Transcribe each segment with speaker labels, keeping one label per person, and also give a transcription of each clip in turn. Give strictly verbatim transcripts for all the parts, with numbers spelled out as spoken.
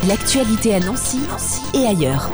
Speaker 1: L'actualité à Nancy, Nancy et ailleurs.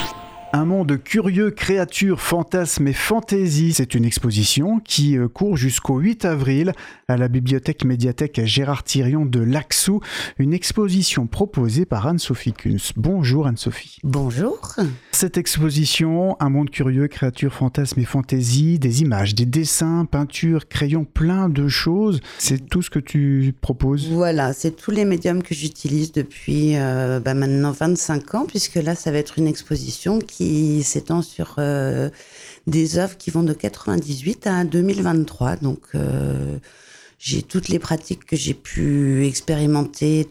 Speaker 2: Un monde curieux, créatures, fantasmes et fantaisies. C'est une exposition qui court jusqu'au huit avril à la bibliothèque médiathèque Gérard-Thirion de Laxou. Une exposition proposée par Anne-Sophie Kunz. Bonjour Anne-Sophie.
Speaker 3: Bonjour.
Speaker 2: Cette exposition, un monde curieux, créatures, fantasmes et fantaisies, des images, des dessins, peintures, crayons, plein de choses. C'est tout ce que tu proposes?
Speaker 3: Voilà, c'est tous les médiums que j'utilise depuis euh, bah maintenant vingt-cinq ans, puisque là, ça va être une exposition qui qui s'étend sur euh, des œuvres qui vont de quatre-vingt-dix-huit à deux mille vingt-trois. Donc, euh, j'ai toutes les pratiques que j'ai pu expérimenter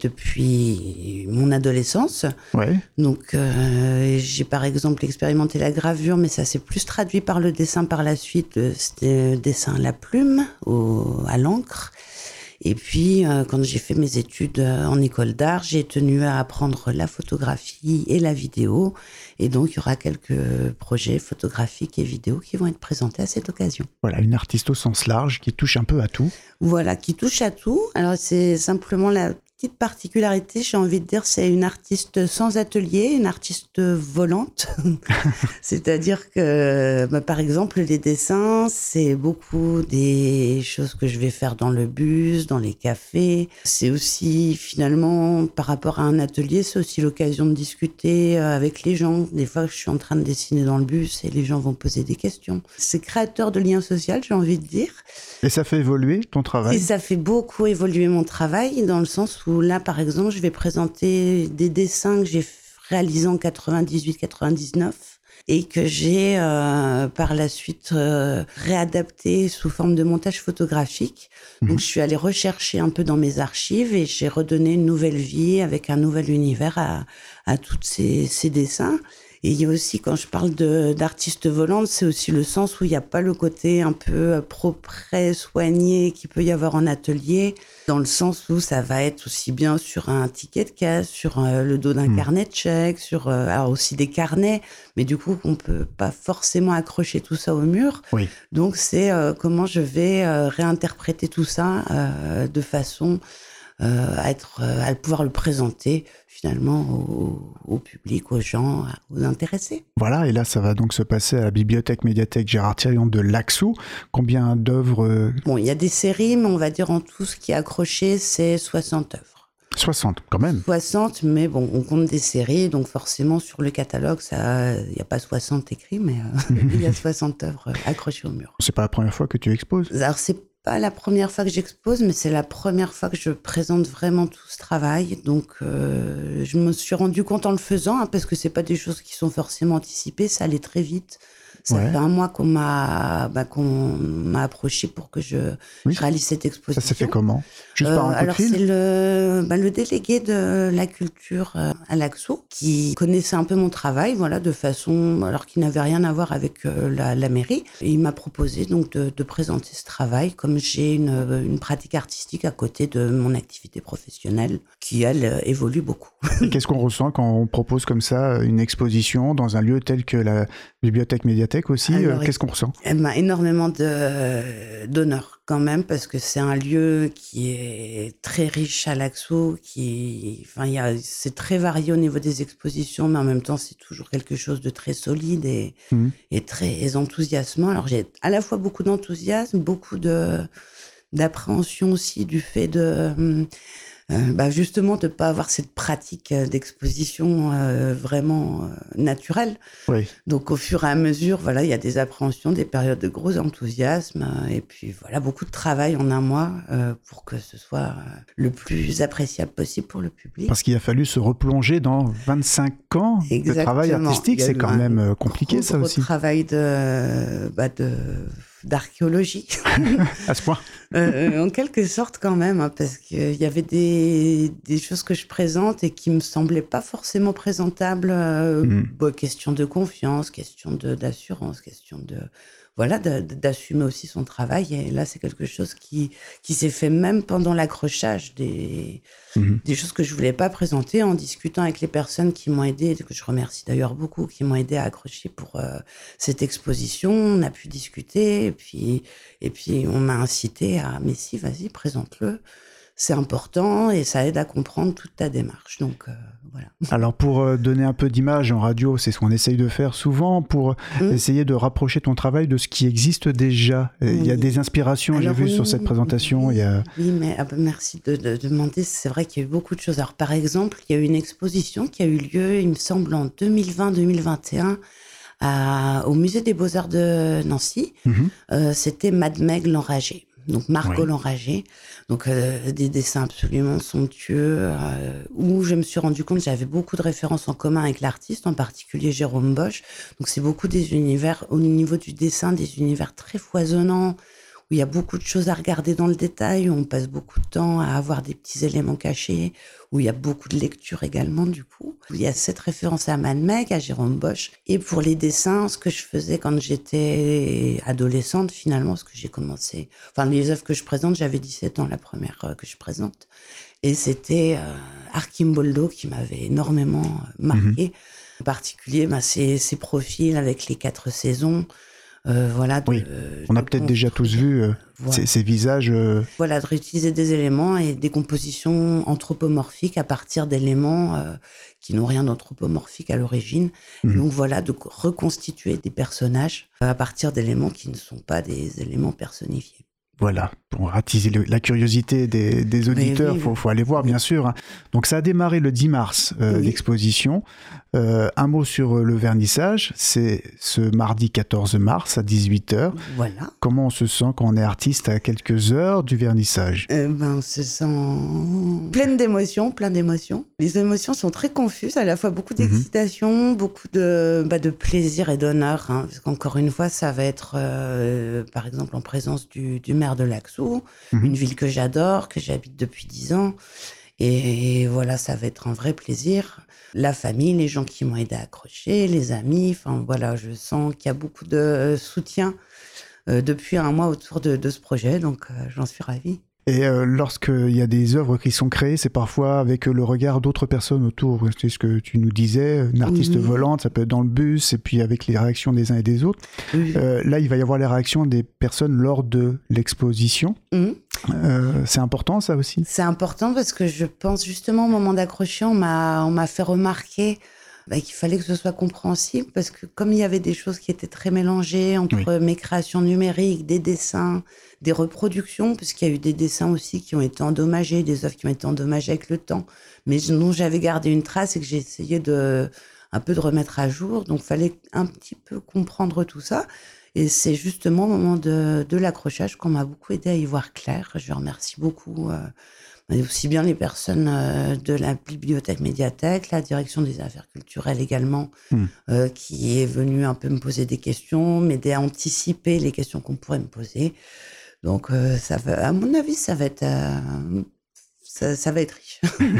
Speaker 3: depuis mon adolescence.
Speaker 2: Ouais.
Speaker 3: Donc, euh, j'ai par exemple expérimenté la gravure, mais ça s'est plus traduit par le dessin par la suite. C'était le dessin à la plume, au, à l'encre. Et puis, euh, quand j'ai fait mes études euh, en école d'art, j'ai tenu à apprendre la photographie et la vidéo. Et donc, il y aura quelques projets photographiques et vidéo qui vont être présentés à cette occasion.
Speaker 2: Voilà, une artiste au sens large qui touche un peu à tout.
Speaker 3: Voilà, qui touche à tout. Alors, c'est simplement la petite particularité, j'ai envie de dire, c'est une artiste sans atelier, une artiste volante. C'est-à-dire que, bah, par exemple, les dessins, c'est beaucoup des choses que je vais faire dans le bus, dans les cafés. C'est aussi, finalement, par rapport à un atelier, c'est aussi l'occasion de discuter avec les gens. Des fois, je suis en train de dessiner dans le bus et les gens vont poser des questions. C'est créateur de liens sociaux, j'ai envie de dire.
Speaker 2: Et ça fait évoluer ton travail?
Speaker 3: Et ça fait beaucoup évoluer mon travail, dans le sens où là, par exemple, je vais présenter des dessins que j'ai réalisés en quatre-vingt-dix-huit quatre-vingt-dix-neuf et que j'ai euh, par la suite euh, réadapté sous forme de montage photographique. Mmh. Donc, je suis allée rechercher un peu dans mes archives et j'ai redonné une nouvelle vie avec un nouvel univers à, à tous ces, ces dessins. Et il y a aussi, quand je parle de, d'artiste volante, c'est aussi le sens où il n'y a pas le côté un peu propre, soigné qu'il peut y avoir en atelier, dans le sens où ça va être aussi bien sur un ticket de caisse, sur euh, le dos d'un mmh. carnet de chèques, sur euh, alors aussi des carnets, mais du coup, on peut pas forcément accrocher tout ça au mur.
Speaker 2: Oui.
Speaker 3: Donc, c'est euh, comment je vais euh, réinterpréter tout ça euh, de façon euh, à, être, euh, à pouvoir le présenter finalement au, au public, aux gens, aux intéressés.
Speaker 2: Voilà, et là, ça va donc se passer à la bibliothèque médiathèque Gérard-Thirion de Laxou. Combien d'œuvres?
Speaker 3: Bon, il y a des séries, mais on va dire en tout, ce qui est accroché, c'est soixante œuvres.
Speaker 2: soixante, quand même.
Speaker 3: soixante, mais bon, on compte des séries, donc forcément, sur le catalogue, il n'y a pas soixante écrits, mais euh, il y a soixante œuvres accrochées au mur.
Speaker 2: C'est pas la première fois que tu exposes?
Speaker 3: Alors, c'est pas la première fois que j'expose, mais c'est la première fois que je présente vraiment tout ce travail. Donc, euh, je me suis rendu compte en le faisant, hein, parce que c'est pas des choses qui sont forcément anticipées, ça allait très vite. Ça ouais. fait un mois qu'on m'a, bah, qu'on m'a approché pour que je, oui. je réalise cette exposition.
Speaker 2: Ça s'est fait comment? Juste euh, par un coup
Speaker 3: Alors,
Speaker 2: de fil?
Speaker 3: c'est le, bah, le délégué de la culture euh, à Laxou qui connaissait un peu mon travail, voilà, de façon, alors qu'il n'avait rien à voir avec euh, la, la mairie. Et il m'a proposé donc de, de présenter ce travail, comme j'ai une, une pratique artistique à côté de mon activité professionnelle, qui, elle, évolue beaucoup.
Speaker 2: Et qu'est-ce qu'on ressent quand on propose comme ça une exposition dans un lieu tel que la bibliothèque médiathèque aussi? Alors, qu'est-ce qu'on ressent?
Speaker 3: Elle m'a énormément de, d'honneur quand même, parce que c'est un lieu qui est très riche à Laxou, qui, enfin, il y a, c'est très varié au niveau des expositions, mais en même temps, c'est toujours quelque chose de très solide et, mmh. et très enthousiasmant. Alors, j'ai à la fois beaucoup d'enthousiasme, beaucoup de, d'appréhension aussi du fait de... Euh, bah justement de pas avoir cette pratique d'exposition euh, vraiment euh, naturelle.
Speaker 2: Oui.
Speaker 3: Donc au fur et à mesure, voilà, il y a des appréhensions, des périodes de gros enthousiasme, euh, et puis voilà, beaucoup de travail en un mois euh, pour que ce soit euh, le plus appréciable possible pour le public.
Speaker 2: Parce qu'il a fallu se replonger dans vingt-cinq ans
Speaker 3: Exactement.
Speaker 2: de travail artistique, c'est quand même compliqué
Speaker 3: gros,
Speaker 2: ça
Speaker 3: gros
Speaker 2: aussi.
Speaker 3: Travail de, bah de d'archéologie.
Speaker 2: À ce point.
Speaker 3: euh, en quelque sorte quand même, hein, parce qu'il y avait des, des choses que je présente et qui me semblaient pas forcément présentables. Euh, mmh. Bon, question de confiance, question de, d'assurance, question de... Voilà, de, d'assumer aussi son travail. Et là, c'est quelque chose qui, qui s'est fait même pendant l'accrochage des, mmh. des choses que je voulais pas présenter, en discutant avec les personnes qui m'ont aidé, que je remercie d'ailleurs beaucoup, qui m'ont aidé à accrocher pour euh, cette exposition. On a pu discuter et puis, et puis on m'a incité à, mais si, vas-y, présente-le. C'est important et ça aide à comprendre toute ta démarche. Donc, euh, voilà.
Speaker 2: Alors pour euh, donner un peu d'image en radio, c'est ce qu'on essaye de faire souvent pour mmh. essayer de rapprocher ton travail de ce qui existe déjà. Oui. Il y a des inspirations, Alors, j'ai vu oui, sur cette présentation.
Speaker 3: Oui,
Speaker 2: il y a...
Speaker 3: oui mais ah ben, merci de, de, de demander. C'est vrai qu'il y a eu beaucoup de choses. Alors par exemple, il y a eu une exposition qui a eu lieu, il me semble, en deux mille vingt deux mille vingt et un à, au Musée des Beaux-Arts de Nancy. Mmh. Euh, c'était Mad Meg l'Enragé. Donc Margot oui. l'Enragé, donc euh, des dessins absolument somptueux, euh, où je me suis rendu compte que j'avais beaucoup de références en commun avec l'artiste, en particulier Jérôme Bosch. Donc c'est beaucoup des univers, au niveau du dessin, des univers très foisonnants, où il y a beaucoup de choses à regarder dans le détail, où on passe beaucoup de temps à avoir des petits éléments cachés, où il y a beaucoup de lecture également du coup. Il y a cette référence à Mad Meg, à Jérôme Bosch. Et pour les dessins, ce que je faisais quand j'étais adolescente, finalement, ce que j'ai commencé... Enfin, les œuvres que je présente, j'avais dix-sept ans, la première que je présente. Et c'était euh, Archimboldo qui m'avait énormément marqué. Mmh. En particulier, bah, ses, ses profils avec les quatre saisons. Euh, voilà, de,
Speaker 2: oui, on a peut-être déjà tous vu euh, voilà. ces, ces visages. Euh...
Speaker 3: Voilà, de réutiliser des éléments et des compositions anthropomorphiques à partir d'éléments euh, qui n'ont rien d'anthropomorphique à l'origine. Mmh. Donc voilà, de reconstituer des personnages à partir d'éléments qui ne sont pas des éléments personnifiés.
Speaker 2: Voilà, pour attiser le, la curiosité des, des auditeurs, il oui, oui, faut, faut aller voir, oui. bien sûr. Hein. Donc ça a démarré le dix mars, euh, oui. l'exposition. Euh, un mot sur le vernissage, c'est ce mardi quatorze mars à dix-huit heures.
Speaker 3: Voilà.
Speaker 2: Comment on se sent quand on est artiste à quelques heures du vernissage ?
Speaker 3: euh, ben, On se sent pleine d'émotions, plein d'émotions. Les émotions sont très confuses, à la fois beaucoup d'excitation, mm-hmm. beaucoup de, bah, de plaisir et d'honneur. Hein, parce qu'encore une fois, ça va être, euh, par exemple, en présence du, du maire de Laxou, mmh. une ville que j'adore, que j'habite depuis dix ans. Et voilà, ça va être un vrai plaisir. La famille, les gens qui m'ont aidé à accrocher, les amis, enfin voilà, je sens qu'il y a beaucoup de soutien euh, depuis un mois autour de, de ce projet, donc euh, j'en suis ravie.
Speaker 2: Et euh, lorsqu'il y a des œuvres qui sont créées, c'est parfois avec le regard d'autres personnes autour. C'est ce que tu nous disais, une artiste oui. volante, ça peut être dans le bus, et puis avec les réactions des uns et des autres. Oui. Euh, là, il va y avoir les réactions des personnes lors de l'exposition. Mmh. Euh, c'est important, ça aussi ?
Speaker 3: C'est important parce que je pense justement au moment d'accrocher, on m'a, on m'a fait remarquer bah, qu'il fallait que ce soit compréhensible parce que comme il y avait des choses qui étaient très mélangées entre oui. mes créations numériques, des dessins, des reproductions, parce qu'il y a eu des dessins aussi qui ont été endommagés, des œuvres qui ont été endommagées avec le temps, mais dont j'avais gardé une trace et que j'ai essayé de, un peu de remettre à jour. Donc, il fallait un petit peu comprendre tout ça. Et c'est justement au moment de, de l'accrochage qu'on m'a beaucoup aidé à y voir clair. Je remercie beaucoup euh, aussi bien les personnes euh, de la bibliothèque médiathèque, la direction des affaires culturelles également, mmh. euh, qui est venue un peu me poser des questions, m'aider à anticiper les questions qu'on pourrait me poser. Donc, euh, ça va, à mon avis, ça va être, euh, ça, ça va être riche.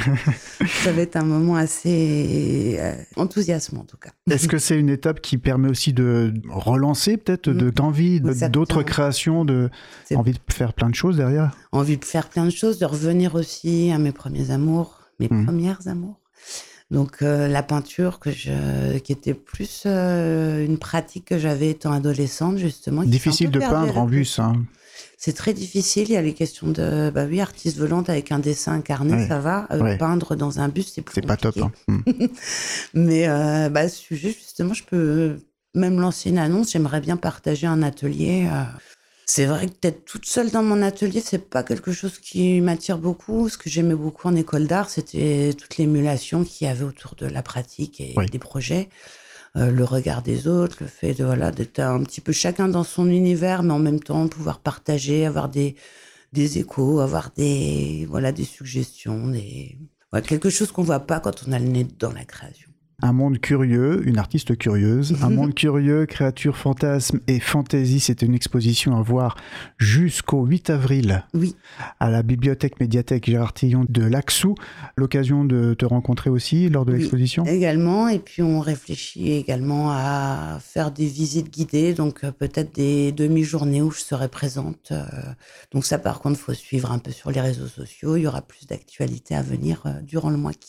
Speaker 3: Ça va être un moment assez euh, enthousiasmant, en tout cas.
Speaker 2: Est-ce que c'est une étape qui permet aussi de relancer peut-être mmh. de, d'envie, de, d'autres créations, de, envie de faire plein de choses derrière ?
Speaker 3: Envie de faire plein de choses, de revenir aussi à mes premiers amours, mes mmh. premières amours. Donc euh, la peinture que je, qui était plus euh, une pratique que j'avais étant adolescente justement.
Speaker 2: Difficile de peindre en bus. Hein.
Speaker 3: C'est très difficile. Il y a les questions de, bah oui, artiste volante avec un dessin incarné, ouais. ça va. Euh, ouais. Peindre dans un bus, c'est plus
Speaker 2: c'est
Speaker 3: compliqué.
Speaker 2: C'est pas top. Hein.
Speaker 3: Mais euh, bah, ce sujet, justement, je peux même lancer une annonce. J'aimerais bien partager un atelier. Euh... C'est vrai que d'être toute seule dans mon atelier, c'est pas quelque chose qui m'attire beaucoup. Ce que j'aimais beaucoup en école d'art, c'était toute l'émulation qu'il y avait autour de la pratique et oui. des projets. Euh, le regard des autres, le fait de, voilà, d'être un petit peu chacun dans son univers, mais en même temps pouvoir partager, avoir des, des échos, avoir des, voilà, des suggestions, des... Ouais, quelque chose qu'on voit pas quand on a le nez dans la création.
Speaker 2: Un monde curieux, une artiste curieuse, un monde curieux, créatures, fantasmes et fantaisie. C'est une exposition à voir jusqu'au huit avril
Speaker 3: oui.
Speaker 2: à la bibliothèque médiathèque Gérard Tillon de Laxou. L'occasion de te rencontrer aussi lors de oui, l'exposition ?
Speaker 3: Également, et puis on réfléchit également à faire des visites guidées, donc euh, peut-être des demi-journées où je serai présente. Euh, donc ça, par contre, il faut suivre un peu sur les réseaux sociaux. Il y aura plus d'actualités à venir euh, durant le mois qui arrive.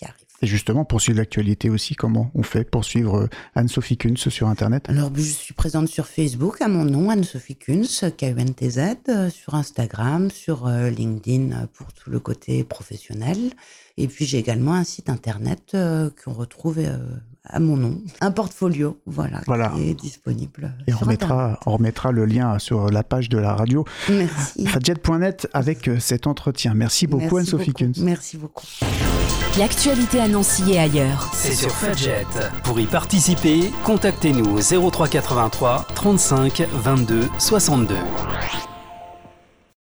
Speaker 2: Et justement, pour suivre l'actualité aussi, comment on fait pour suivre Anne-Sophie Kunz sur Internet?
Speaker 3: Alors, je suis présente sur Facebook à mon nom, Anne-Sophie Kunz, K U N T Z, euh, sur Instagram, sur euh, LinkedIn pour tout le côté professionnel. Et puis, j'ai également un site Internet euh, qu'on retrouve euh, à mon nom, un portfolio, voilà,
Speaker 2: voilà.
Speaker 3: qui est disponible.
Speaker 2: Et on
Speaker 3: sur
Speaker 2: remettra,
Speaker 3: Internet.
Speaker 2: on remettra le lien sur la page de la radio.
Speaker 3: Merci.
Speaker 2: Fadjet point net avec cet entretien. Merci beaucoup,
Speaker 3: Merci
Speaker 2: Anne-Sophie
Speaker 3: beaucoup.
Speaker 2: Kunz.
Speaker 3: Merci beaucoup.
Speaker 1: L'actualité à Nancy et ailleurs.
Speaker 4: C'est sur Fadjet. Pour y participer, contactez-nous au zéro trois quatre-vingt-trois trente-cinq vingt-deux soixante-deux.